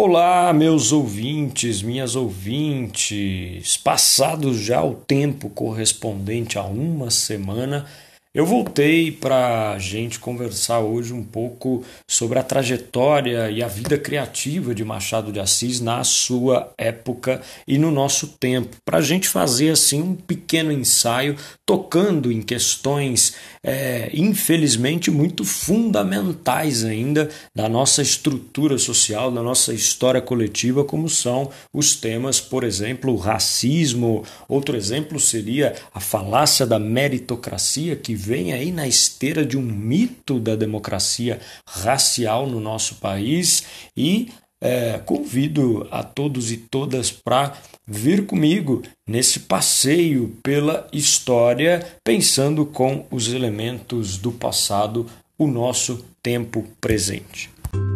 Olá, meus ouvintes, minhas ouvintes. Passado já o tempo correspondente a uma semana, eu voltei para a gente conversar hoje um pouco sobre a trajetória e a vida criativa de Machado de Assis na sua época e no nosso tempo, para a gente fazer assim um pequeno ensaio tocando em questões infelizmente muito fundamentais ainda da nossa estrutura social, da nossa história coletiva, como são os temas, por exemplo, o racismo. Outro exemplo seria a falácia da meritocracia, que vem aí na esteira de um mito da democracia racial no nosso país. E convido a todos e todas para vir comigo nesse passeio pela história, pensando com os elementos do passado, o nosso tempo presente.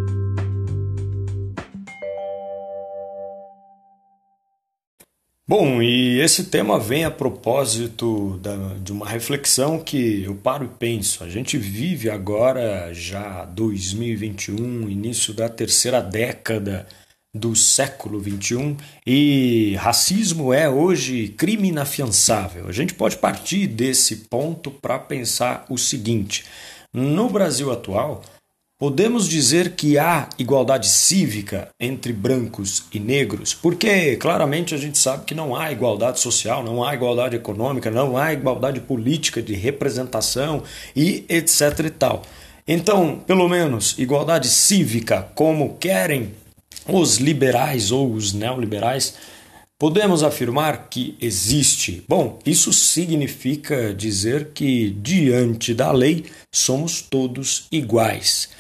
Bom, e esse tema vem a propósito de uma reflexão que eu paro e penso. A gente vive agora já 2021, início da terceira década do século XXI, e racismo é hoje crime inafiançável. A gente pode partir desse ponto para pensar o seguinte: no Brasil atual, podemos dizer que há igualdade cívica entre brancos e negros, porque claramente a gente sabe que não há igualdade social, não há igualdade econômica, não há igualdade política de representação e etc e tal. Então, pelo menos, igualdade cívica, como querem os liberais ou os neoliberais, podemos afirmar que existe. Bom, isso significa dizer que, diante da lei, somos todos iguais.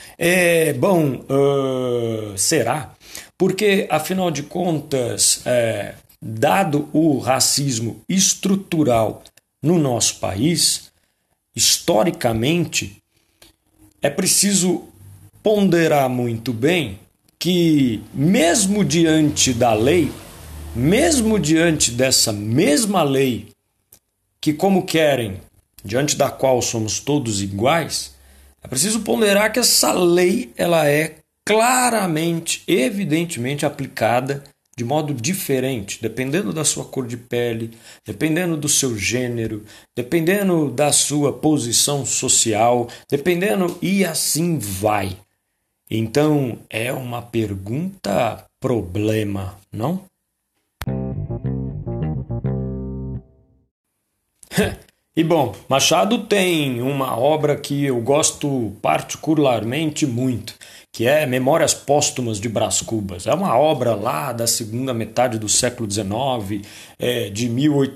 Será? Porque, afinal de contas, dado o racismo estrutural no nosso país, historicamente, é preciso ponderar muito bem que, mesmo diante da lei, mesmo diante dessa mesma lei, que como querem, diante da qual somos todos iguais, é preciso ponderar que essa lei ela é claramente, evidentemente aplicada de modo diferente, dependendo da sua cor de pele, dependendo do seu gênero, dependendo da sua posição social, dependendo e assim vai. Então, é uma pergunta problema, não? E bom, Machado tem uma obra que eu gosto particularmente muito, que é Memórias Póstumas de Brás Cubas. É uma obra lá da segunda metade do século XIX, de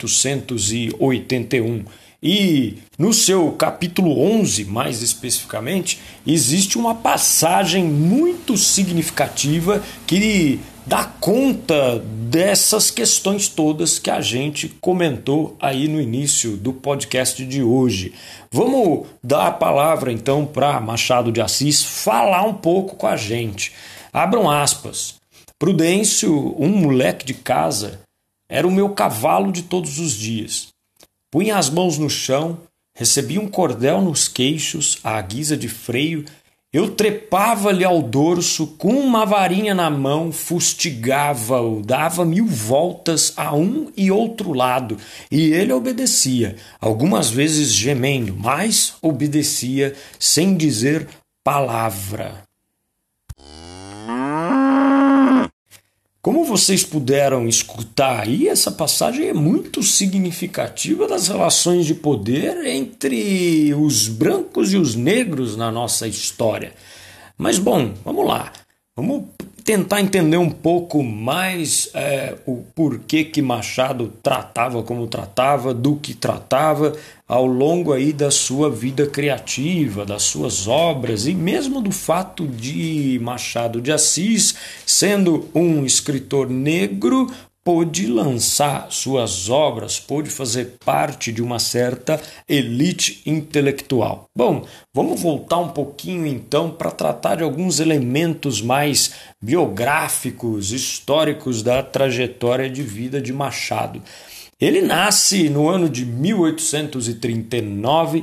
1881. E no seu capítulo 11, mais especificamente, existe uma passagem muito significativa que dá conta dessas questões todas que a gente comentou aí no início do podcast de hoje. Vamos dar a palavra então para Machado de Assis falar um pouco com a gente. Abram aspas. Prudêncio, um moleque de casa, era o meu cavalo de todos os dias. Punha as mãos no chão, recebia um cordel nos queixos, à guisa de freio. Eu trepava-lhe ao dorso, com uma varinha na mão, fustigava-o, dava 1000 voltas a um e outro lado, e ele obedecia, algumas vezes gemendo, mas obedecia sem dizer palavra. Como vocês puderam escutar aí, essa passagem é muito significativa das relações de poder entre os brancos e os negros na nossa história. Mas bom, vamos lá. Vamos tentar entender um pouco mais o porquê que Machado tratava como tratava, do que tratava ao longo aí da sua vida criativa, das suas obras e mesmo do fato de Machado de Assis, sendo um escritor negro, pôde lançar suas obras, pôde fazer parte de uma certa elite intelectual. Bom, vamos voltar um pouquinho então para tratar de alguns elementos mais biográficos, históricos da trajetória de vida de Machado. Ele nasce no ano de 1839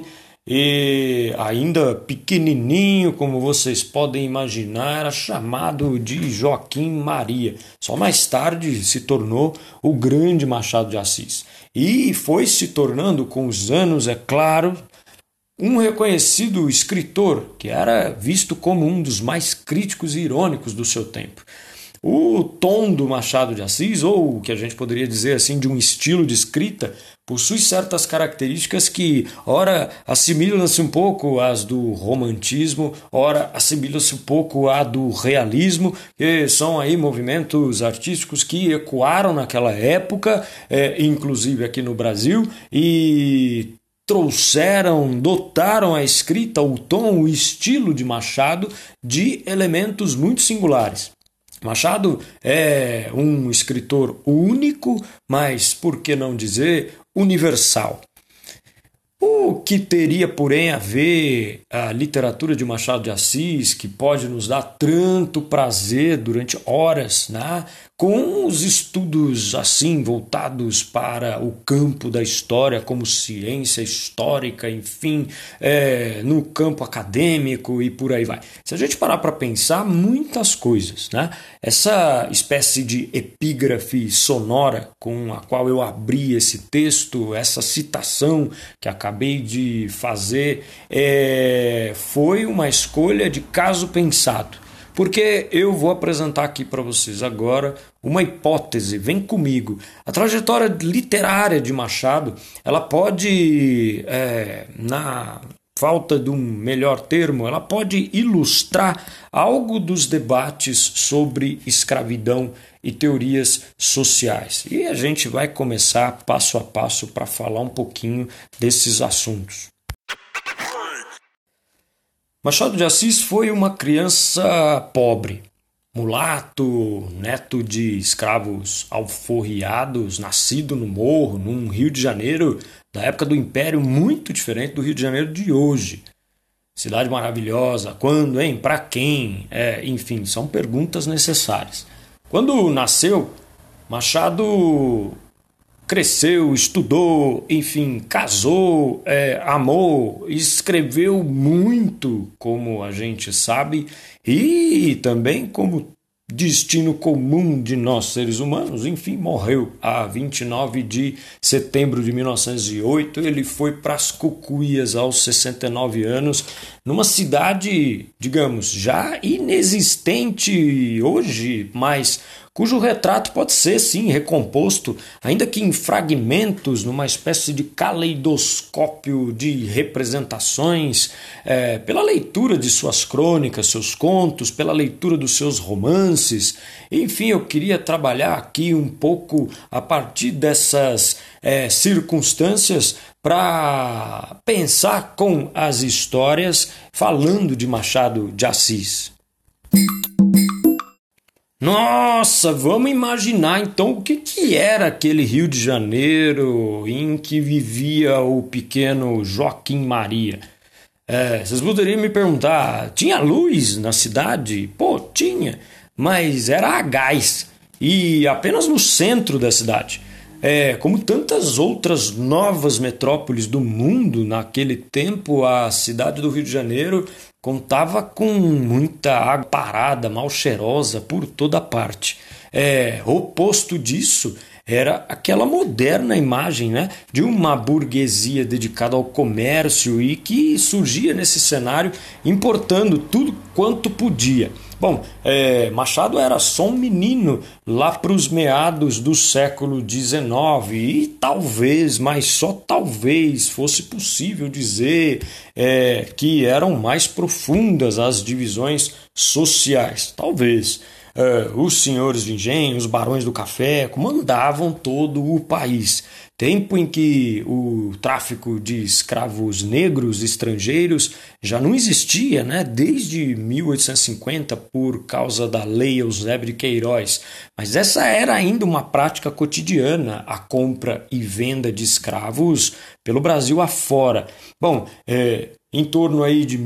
e ainda pequenininho, como vocês podem imaginar, era chamado de Joaquim Maria. Só mais tarde se tornou o grande Machado de Assis. E foi se tornando com os anos, é claro, um reconhecido escritor que era visto como um dos mais críticos e irônicos do seu tempo. O tom do Machado de Assis, ou o que a gente poderia dizer assim de um estilo de escrita, possui certas características que, ora, assimilam-se um pouco às do romantismo, ora, assimilam-se um pouco à do realismo, que são aí movimentos artísticos que ecoaram naquela época, inclusive aqui no Brasil, e dotaram a escrita, o tom, o estilo de Machado de elementos muito singulares. Machado é um escritor único, mas por que não dizer universal? O que teria, porém, a ver a literatura de Machado de Assis, que pode nos dar tanto prazer durante horas, né? Com os estudos assim voltados para o campo da história, como ciência histórica, enfim, no campo acadêmico e por aí vai. Se a gente parar para pensar, muitas coisas, né? Essa espécie de epígrafe sonora com a qual eu abri esse texto, essa citação que acabei de fazer, foi uma escolha de caso pensado. Porque eu vou apresentar aqui para vocês agora uma hipótese, vem comigo. A trajetória literária de Machado, ela pode, na falta de um melhor termo, ela pode ilustrar algo dos debates sobre escravidão e teorias sociais. E a gente vai começar passo a passo para falar um pouquinho desses assuntos. Machado de Assis foi uma criança pobre, mulato, neto de escravos alforriados, nascido no morro, num Rio de Janeiro da época do Império, muito diferente do Rio de Janeiro de hoje. Cidade maravilhosa, quando, hein? Para quem? Enfim, são perguntas necessárias. Quando nasceu, Machado cresceu, estudou, enfim, casou, amou, escreveu muito, como a gente sabe, e também como destino comum de nós seres humanos, enfim, morreu a 29 de setembro de 1908, ele foi para as Cucuias aos 69 anos, numa cidade, digamos, já inexistente hoje, mas cujo retrato pode ser, sim, recomposto, ainda que em fragmentos, numa espécie de caleidoscópio de representações, pela leitura de suas crônicas, seus contos, pela leitura dos seus romances. Enfim, eu queria trabalhar aqui um pouco a partir dessas circunstâncias para pensar com as histórias falando de Machado de Assis. Nossa, vamos imaginar então o que era aquele Rio de Janeiro em que vivia o pequeno Joaquim Maria. Vocês poderiam me perguntar, tinha luz na cidade? Pô, tinha, mas era a gás e apenas no centro da cidade. Como tantas outras novas metrópoles do mundo naquele tempo, a cidade do Rio de Janeiro contava com muita água parada, mal cheirosa por toda parte. O oposto disso era aquela moderna imagem, né, de uma burguesia dedicada ao comércio e que surgia nesse cenário importando tudo quanto podia. Bom, Machado era só um menino lá para os meados do século XIX e talvez, mas só talvez, fosse possível dizer que eram mais profundas as divisões sociais. Talvez. Os senhores de engenho, os barões do café comandavam todo o país. Tempo em que o tráfico de escravos negros estrangeiros já não existia, né? Desde 1850 por causa da Lei Eusébio de Queiroz. Mas essa era ainda uma prática cotidiana, a compra e venda de escravos pelo Brasil afora. Bom, em torno aí de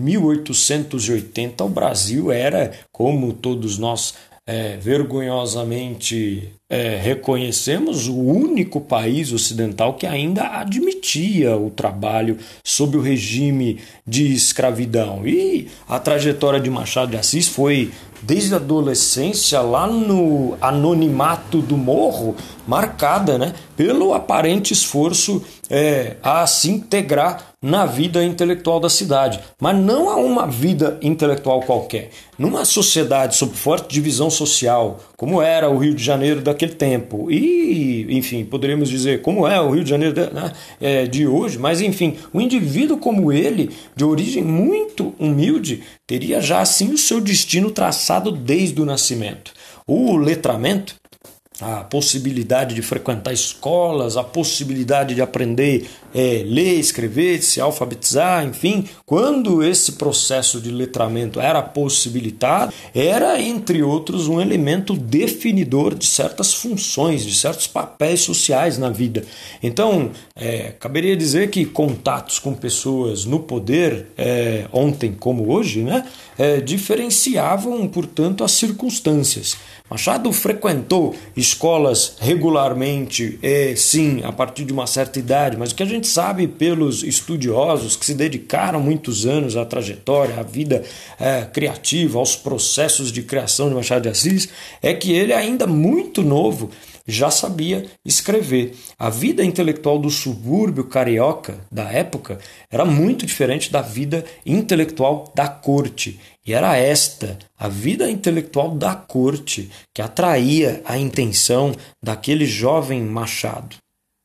1880 o Brasil era, como todos nós vergonhosamente reconhecemos, o único país ocidental que ainda admitia o trabalho sob o regime de escravidão. E a trajetória de Machado de Assis foi, desde a adolescência, lá no anonimato do morro, marcada, né, pelo aparente esforço a se integrar na vida intelectual da cidade, mas não a uma vida intelectual qualquer. Numa sociedade sob forte divisão social, como era o Rio de Janeiro daquele tempo, e, enfim, poderíamos dizer como é o Rio de Janeiro de hoje, mas, enfim, um indivíduo como ele, de origem muito humilde, teria já, assim, o seu destino traçado desde o nascimento. O letramento, a possibilidade de frequentar escolas, a possibilidade de aprender ler, escrever, de se alfabetizar, enfim, quando esse processo de letramento era possibilitado, era, entre outros, um elemento definidor de certas funções, de certos papéis sociais na vida. Então, caberia dizer que contatos com pessoas no poder, ontem como hoje, né, diferenciavam, portanto, as circunstâncias. Machado frequentou escolas regularmente, sim, a partir de uma certa idade, mas o que a gente sabe pelos estudiosos que se dedicaram muitos anos à trajetória, à vida criativa, aos processos de criação de Machado de Assis, é que ele, ainda muito novo, já sabia escrever. A vida intelectual do subúrbio carioca da época era muito diferente da vida intelectual da corte. E era esta, a vida intelectual da corte, que atraía a intenção daquele jovem Machado.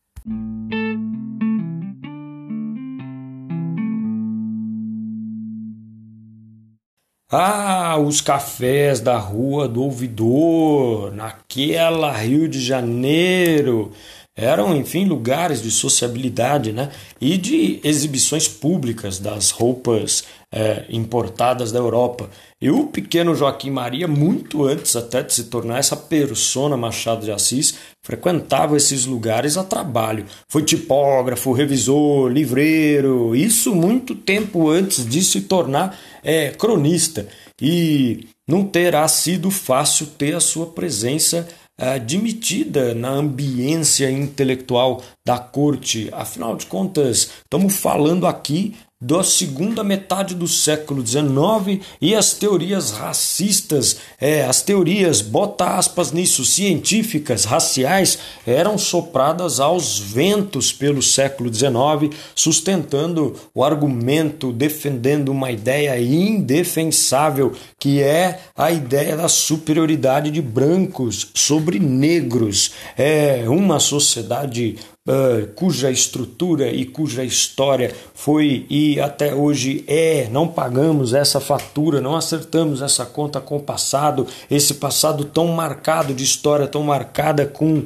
Os cafés da Rua do Ouvidor, naquela Rio de Janeiro, eram, enfim, lugares de sociabilidade, né? E de exibições públicas das roupas importadas da Europa. E o pequeno Joaquim Maria, muito antes até de se tornar essa persona Machado de Assis, frequentava esses lugares a trabalho. Foi tipógrafo, revisor, livreiro, isso muito tempo antes de se tornar cronista. E não terá sido fácil ter a sua presença admitida na ambiência intelectual da corte. Afinal de contas, estamos falando aqui da segunda metade do século XIX e as teorias racistas, as teorias, bota aspas nisso, científicas, raciais, eram sopradas aos ventos pelo século XIX, sustentando o argumento, defendendo uma ideia indefensável, que é a ideia da superioridade de brancos sobre negros. É uma sociedade cuja estrutura e cuja história foi e até hoje não pagamos essa fatura, não acertamos essa conta com o passado, esse passado tão marcado de história, tão marcada com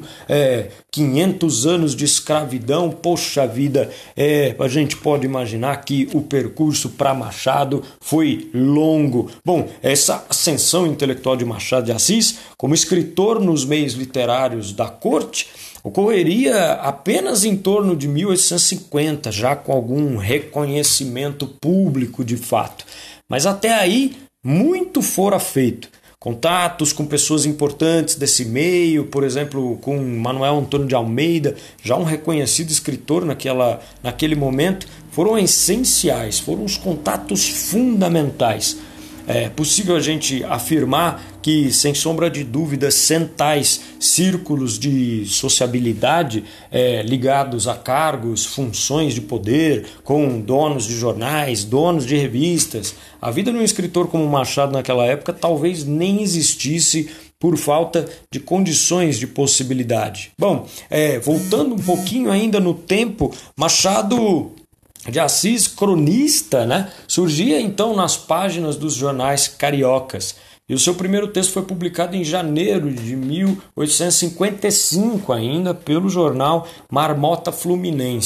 500 anos de escravidão. Poxa vida, a gente pode imaginar que o percurso para Machado foi longo. Bom, essa ascensão intelectual de Machado de Assis como escritor nos meios literários da corte ocorreria apenas em torno de 1850, já com algum reconhecimento público de fato. Mas até aí, muito fora feito. Contatos com pessoas importantes desse meio, por exemplo, com Manuel Antônio de Almeida, já um reconhecido escritor naquele momento, foram essenciais, foram os contatos fundamentais. É possível a gente afirmar que, sem sombra de dúvida, centais círculos de sociabilidade ligados a cargos, funções de poder, com donos de jornais, donos de revistas. A vida de um escritor como Machado naquela época talvez nem existisse por falta de condições de possibilidade. Bom, voltando um pouquinho ainda no tempo, Machado de Assis, cronista, né, surgia então nas páginas dos jornais cariocas. E o seu primeiro texto foi publicado em janeiro de 1855 ainda pelo jornal Marmota Fluminense.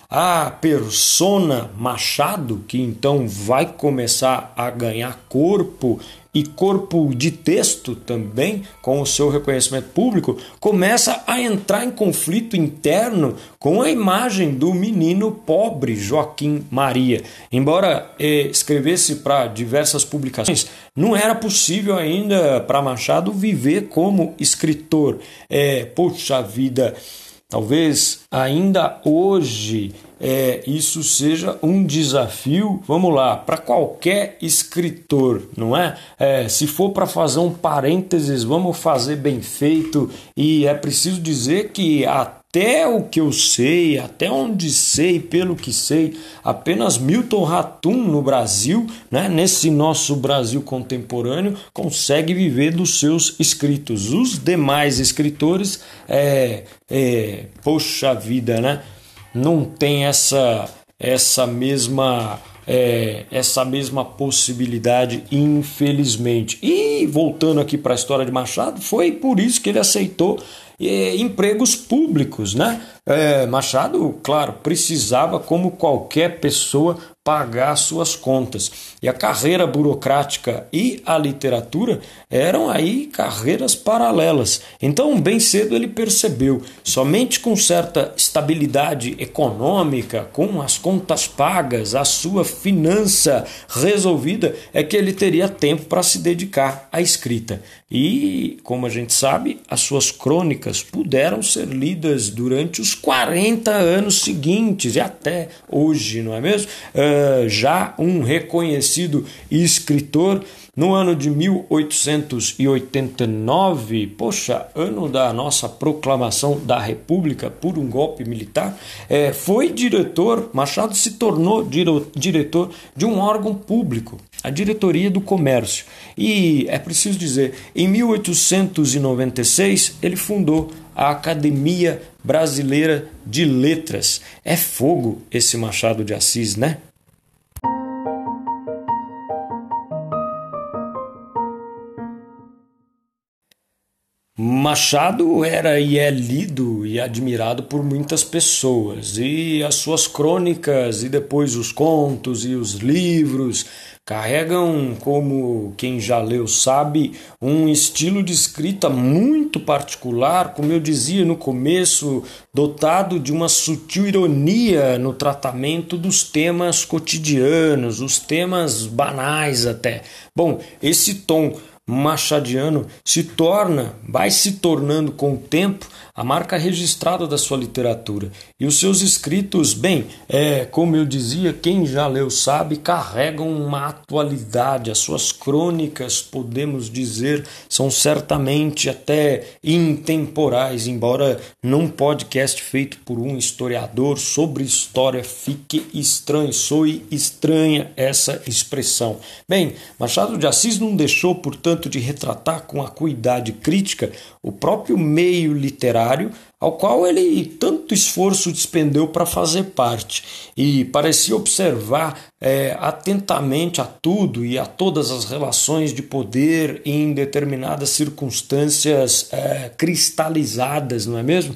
a persona Machado, que então vai começar a ganhar corpo e corpo de texto também, com o seu reconhecimento público, começa a entrar em conflito interno com a imagem do menino pobre Joaquim Maria. Embora escrevesse para diversas publicações, não era possível ainda para Machado viver como escritor. Poxa vida, talvez ainda hoje isso seja um desafio, vamos lá, para qualquer escritor, não é? Se for para fazer um parênteses, vamos fazer bem feito, e é preciso dizer que até o que eu sei, até onde sei, pelo que sei, apenas Milton Ratum no Brasil, né, nesse nosso Brasil contemporâneo, consegue viver dos seus escritos. Os demais escritores, poxa vida, né? Não tem essa mesma possibilidade, infelizmente. E voltando aqui para a história de Machado, foi por isso que ele aceitou empregos públicos, né? Machado, claro, precisava, como qualquer pessoa, pagar suas contas. E a carreira burocrática e a literatura eram aí carreiras paralelas. Então, bem cedo ele percebeu, somente com certa estabilidade econômica, com as contas pagas, a sua finança resolvida, é que ele teria tempo para se dedicar à escrita. E, como a gente sabe, as suas crônicas puderam ser lidas durante os 40 anos seguintes e até hoje, não é mesmo? Já um reconhecido escritor, no ano de 1889, poxa, ano da nossa proclamação da República por um golpe militar, foi diretor, Machado se tornou diretor de um órgão público, a Diretoria do Comércio. E é preciso dizer, em 1896 ele fundou a Academia Brasileira de Letras. É fogo esse Machado de Assis, né? Machado era e é lido e admirado por muitas pessoas, e as suas crônicas e depois os contos e os livros carregam, como quem já leu sabe, um estilo de escrita muito particular, como eu dizia no começo, dotado de uma sutil ironia no tratamento dos temas cotidianos, os temas banais até. Bom, esse tom machadiano vai se tornando com o tempo a marca registrada da sua literatura. E os seus escritos, bem, como eu dizia, quem já leu sabe, carregam uma atualidade. As suas crônicas, podemos dizer, são certamente até intemporais, embora num podcast feito por um historiador sobre história fique estranho, soe estranha essa expressão. Bem, Machado de Assis não deixou, portanto, de retratar com acuidade crítica o próprio meio literário ao qual ele tanto esforço despendeu para fazer parte, e parecia observar atentamente a tudo e a todas as relações de poder em determinadas circunstâncias cristalizadas, não é mesmo?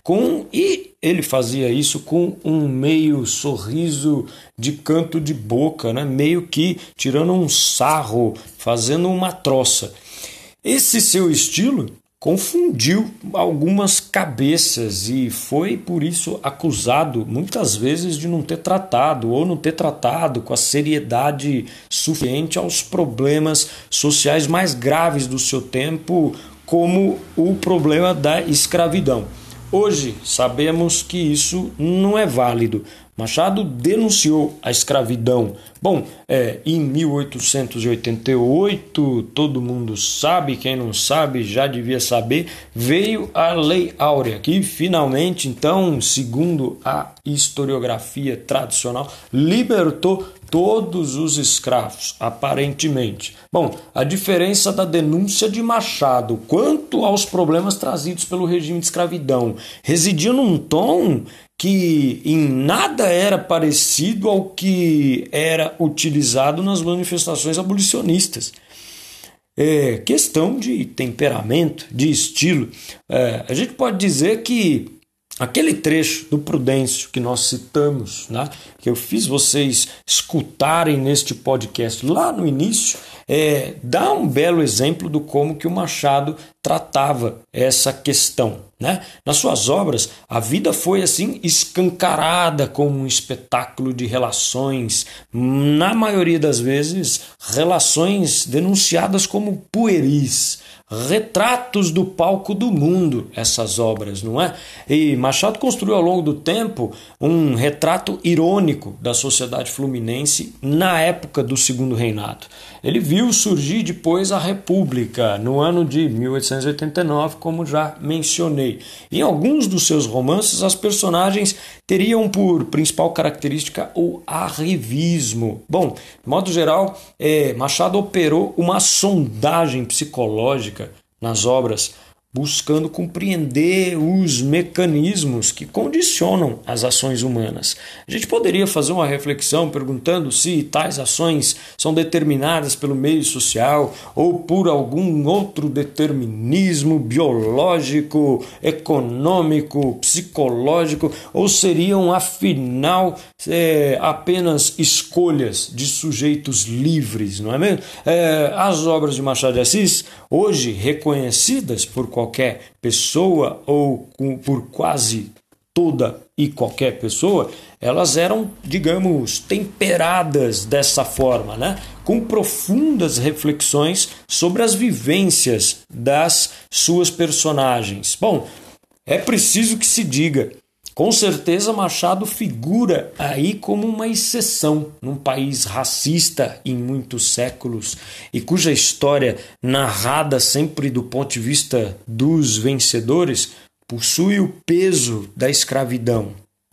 E ele fazia isso com um meio sorriso de canto de boca, né? Meio que tirando um sarro, fazendo uma troça. Esse seu estilo confundiu algumas cabeças e foi por isso acusado muitas vezes de não ter tratado com a seriedade suficiente aos problemas sociais mais graves do seu tempo, como o problema da escravidão. Hoje sabemos que isso não é válido. Machado denunciou a escravidão. Bom, em 1888, todo mundo sabe, quem não sabe já devia saber, veio a Lei Áurea, que finalmente, então, segundo a historiografia tradicional, libertou todos os escravos, aparentemente. Bom, a diferença da denúncia de Machado quanto aos problemas trazidos pelo regime de escravidão residia num tom que em nada era parecido ao que era utilizado nas manifestações abolicionistas. Questão de temperamento, de estilo. A gente pode dizer que Aquele trecho do Prudêncio que nós citamos, né, que eu fiz vocês escutarem neste podcast lá no início, dá um belo exemplo do como que o Machado tratava essa questão, né? Nas suas obras, a vida foi assim escancarada como um espetáculo de relações, na maioria das vezes, relações denunciadas como pueris, retratos do palco do mundo, essas obras, não é? E Machado construiu ao longo do tempo um retrato irônico da sociedade fluminense na época do Segundo Reinado. Ele viu surgir depois a República, no ano de 1889, como já mencionei. Em alguns dos seus romances, as personagens teriam por principal característica o arrivismo. Bom, de modo geral, Machado operou uma sondagem psicológica nas obras, buscando compreender os mecanismos que condicionam as ações humanas. A gente poderia fazer uma reflexão perguntando se tais ações são determinadas pelo meio social ou por algum outro determinismo biológico, econômico, psicológico, ou seriam, afinal, apenas escolhas de sujeitos livres, não é mesmo? As obras de Machado de Assis, hoje reconhecidas por qualquer pessoa ou por quase toda e qualquer pessoa, elas eram, digamos, temperadas dessa forma, né? Com profundas reflexões sobre as vivências das suas personagens. Bom, é preciso que se diga, com certeza Machado figura aí como uma exceção num país racista em muitos séculos e cuja história, narrada sempre do ponto de vista dos vencedores, possui o peso da escravidão.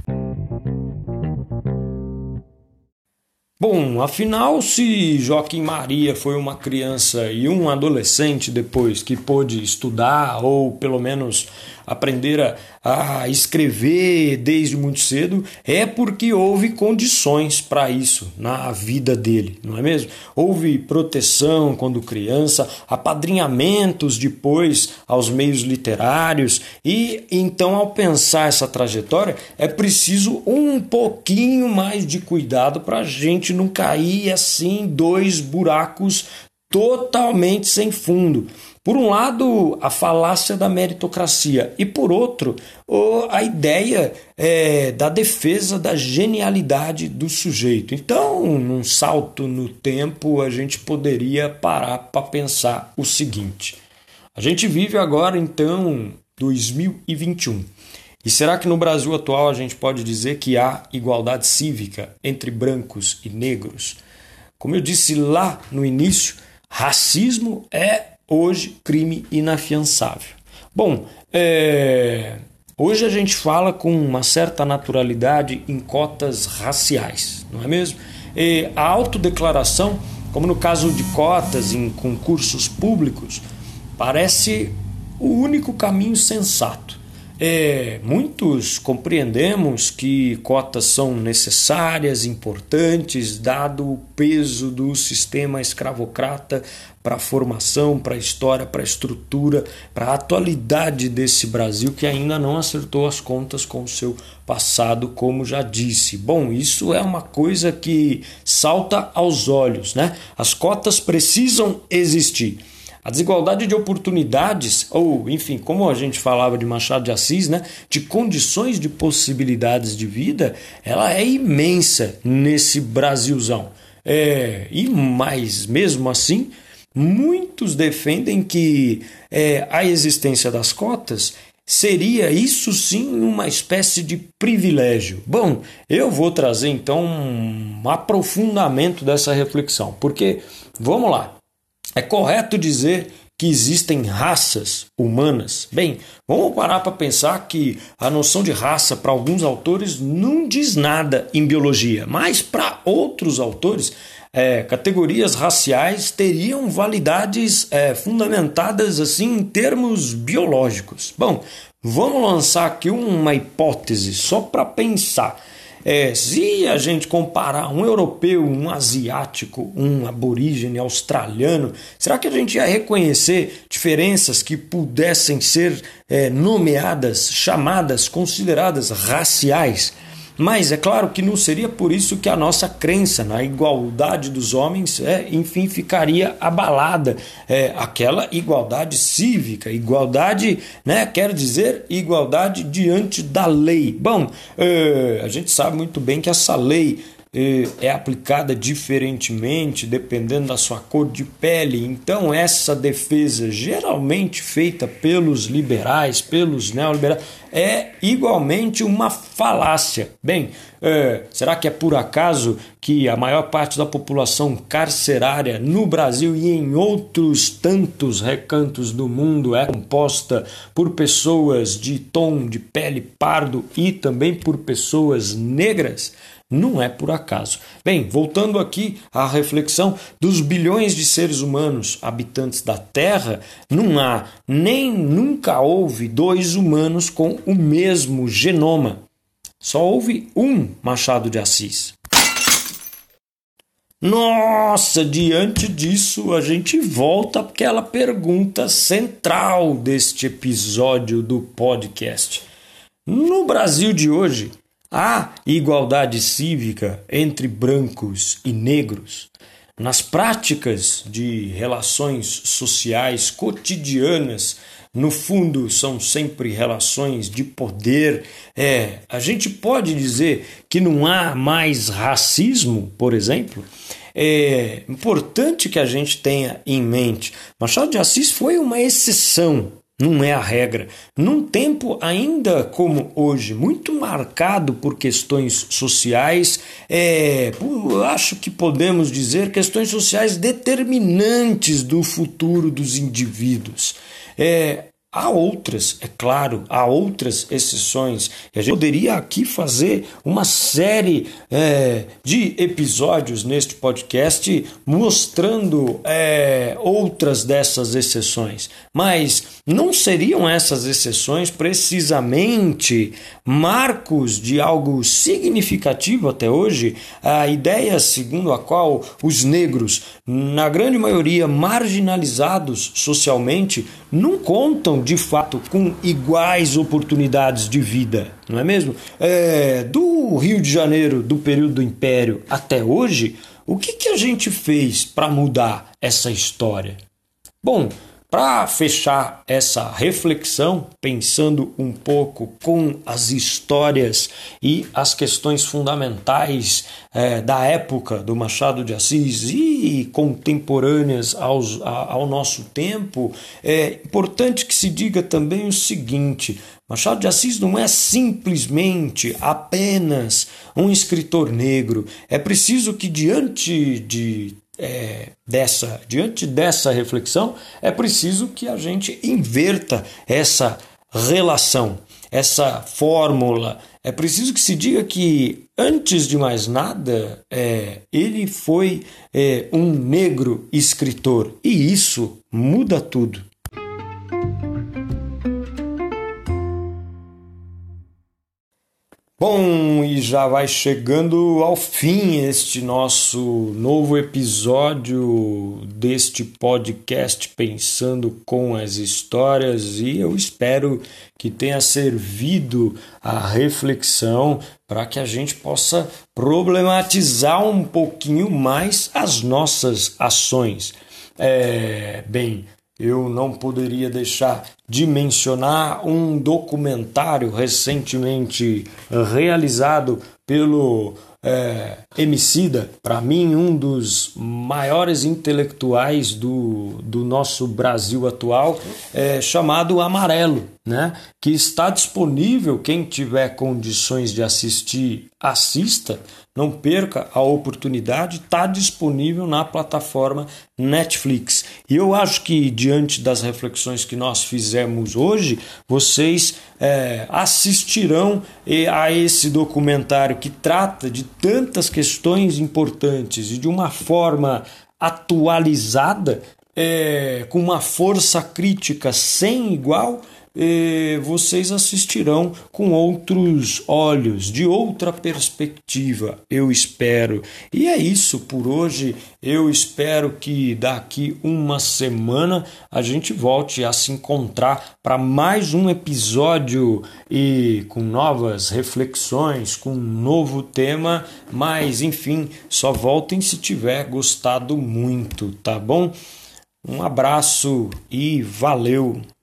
Bom, afinal, se Joaquim Maria foi uma criança e um adolescente depois que pôde estudar ou pelo menos aprender a escrever desde muito cedo, é porque houve condições para isso na vida dele, não é mesmo? Houve proteção quando criança, apadrinhamentos depois aos meios literários e então, ao pensar essa trajetória, é preciso um pouquinho mais de cuidado para a gente não cair assim em dois buracos totalmente sem fundo. Por um lado, a falácia da meritocracia e, por outro, a ideia da defesa da genialidade do sujeito. Então, num salto no tempo, a gente poderia parar para pensar o seguinte. A gente vive agora, então, 2021. E será que no Brasil atual a gente pode dizer que há igualdade cívica entre brancos e negros? Como eu disse lá no início, racismo é hoje crime inafiançável. Bom, hoje a gente fala com uma certa naturalidade em cotas raciais, não é mesmo? A autodeclaração, como no caso de cotas em concursos públicos, parece o único caminho sensato. Muitos compreendemos que cotas são necessárias, importantes, dado o peso do sistema escravocrata para a formação, para a história, para a estrutura, para a atualidade desse Brasil que ainda não acertou as contas com o seu passado, como já disse. Bom, isso é uma coisa que salta aos olhos, né? As cotas precisam existir. A desigualdade de oportunidades, ou enfim, como a gente falava de Machado de Assis, né, de condições de possibilidades de vida, ela é imensa nesse Brasilzão. Mas mesmo assim, muitos defendem que a existência das cotas seria, isso sim, uma espécie de privilégio. Bom, eu vou trazer então um aprofundamento dessa reflexão, porque, vamos lá, é correto dizer que existem raças humanas? Bem, vamos parar para pensar que a noção de raça para alguns autores não diz nada em biologia, mas para outros autores, categorias raciais teriam validades fundamentadas assim em termos biológicos. Bom, vamos lançar aqui uma hipótese só para pensar. Se a gente comparar um europeu, um asiático, um aborígene australiano, será que a gente ia reconhecer diferenças que pudessem ser nomeadas, chamadas, consideradas raciais? Mas é claro que não seria por isso que a nossa crença na igualdade dos homens, enfim, ficaria abalada. Aquela igualdade cívica, igualdade, né, quer dizer igualdade diante da lei. Bom, a gente sabe muito bem que essa lei é aplicada diferentemente dependendo da sua cor de pele. Então essa defesa geralmente feita pelos liberais, pelos neoliberais, é igualmente uma falácia. Bem, será que é por acaso que a maior parte da população carcerária no Brasil e em outros tantos recantos do mundo é composta por pessoas de tom de pele pardo e também por pessoas negras? Não é por acaso. Bem, voltando aqui à reflexão, dos bilhões de seres humanos habitantes da Terra, não há nem nunca houve dois humanos com o mesmo genoma. Só houve um Machado de Assis. Nossa, diante disso a gente volta àquela pergunta central deste episódio do podcast. No Brasil de hoje, há igualdade cívica entre brancos e negros? Nas práticas de relações sociais cotidianas, no fundo são sempre relações de poder. A gente pode dizer que não há mais racismo, por exemplo? É importante que a gente tenha em mente, Machado de Assis foi uma exceção. Não é a regra. Num tempo ainda como hoje, muito marcado por questões sociais, acho que podemos dizer questões sociais determinantes do futuro dos indivíduos. Há outras, é claro, há outras exceções. A gente poderia aqui fazer uma série de episódios neste podcast mostrando outras dessas exceções. Mas não seriam essas exceções precisamente marcos de algo significativo até hoje? A ideia segundo a qual os negros, na grande maioria marginalizados socialmente, não contam de fato com iguais oportunidades de vida, não é mesmo? Do Rio de Janeiro, do período do Império até hoje, o que a gente fez para mudar essa história? Bom, para fechar essa reflexão, pensando um pouco com as histórias e as questões fundamentais da época do Machado de Assis e contemporâneas ao nosso tempo, é importante que se diga também o seguinte: Machado de Assis não é simplesmente apenas um escritor negro. É preciso que diante dessa reflexão, é preciso que a gente inverta essa relação, essa fórmula. É preciso que se diga que, antes de mais nada, ele foi um negro escritor. E isso muda tudo. Bom, e já vai chegando ao fim este nosso novo episódio deste podcast Pensando com as Histórias, e eu espero que tenha servido a reflexão para que a gente possa problematizar um pouquinho mais as nossas ações. Eu não poderia deixar de mencionar um documentário recentemente realizado pelo Emicida, para mim um dos maiores intelectuais do nosso Brasil atual, chamado Amarelo, né? Que está disponível. Quem tiver condições de assistir, assista, não perca a oportunidade, está disponível na plataforma Netflix. E eu acho que, diante das reflexões que nós fizemos hoje, vocês assistirão a esse documentário que trata de tantas questões importantes e de uma forma atualizada, com uma força crítica sem igual, vocês assistirão com outros olhos, de outra perspectiva, eu espero. E é isso por hoje. Eu espero que daqui uma semana a gente volte a se encontrar para mais um episódio e com novas reflexões, com um novo tema. Mas enfim, só voltem se tiver gostado muito, tá bom? Um abraço e valeu!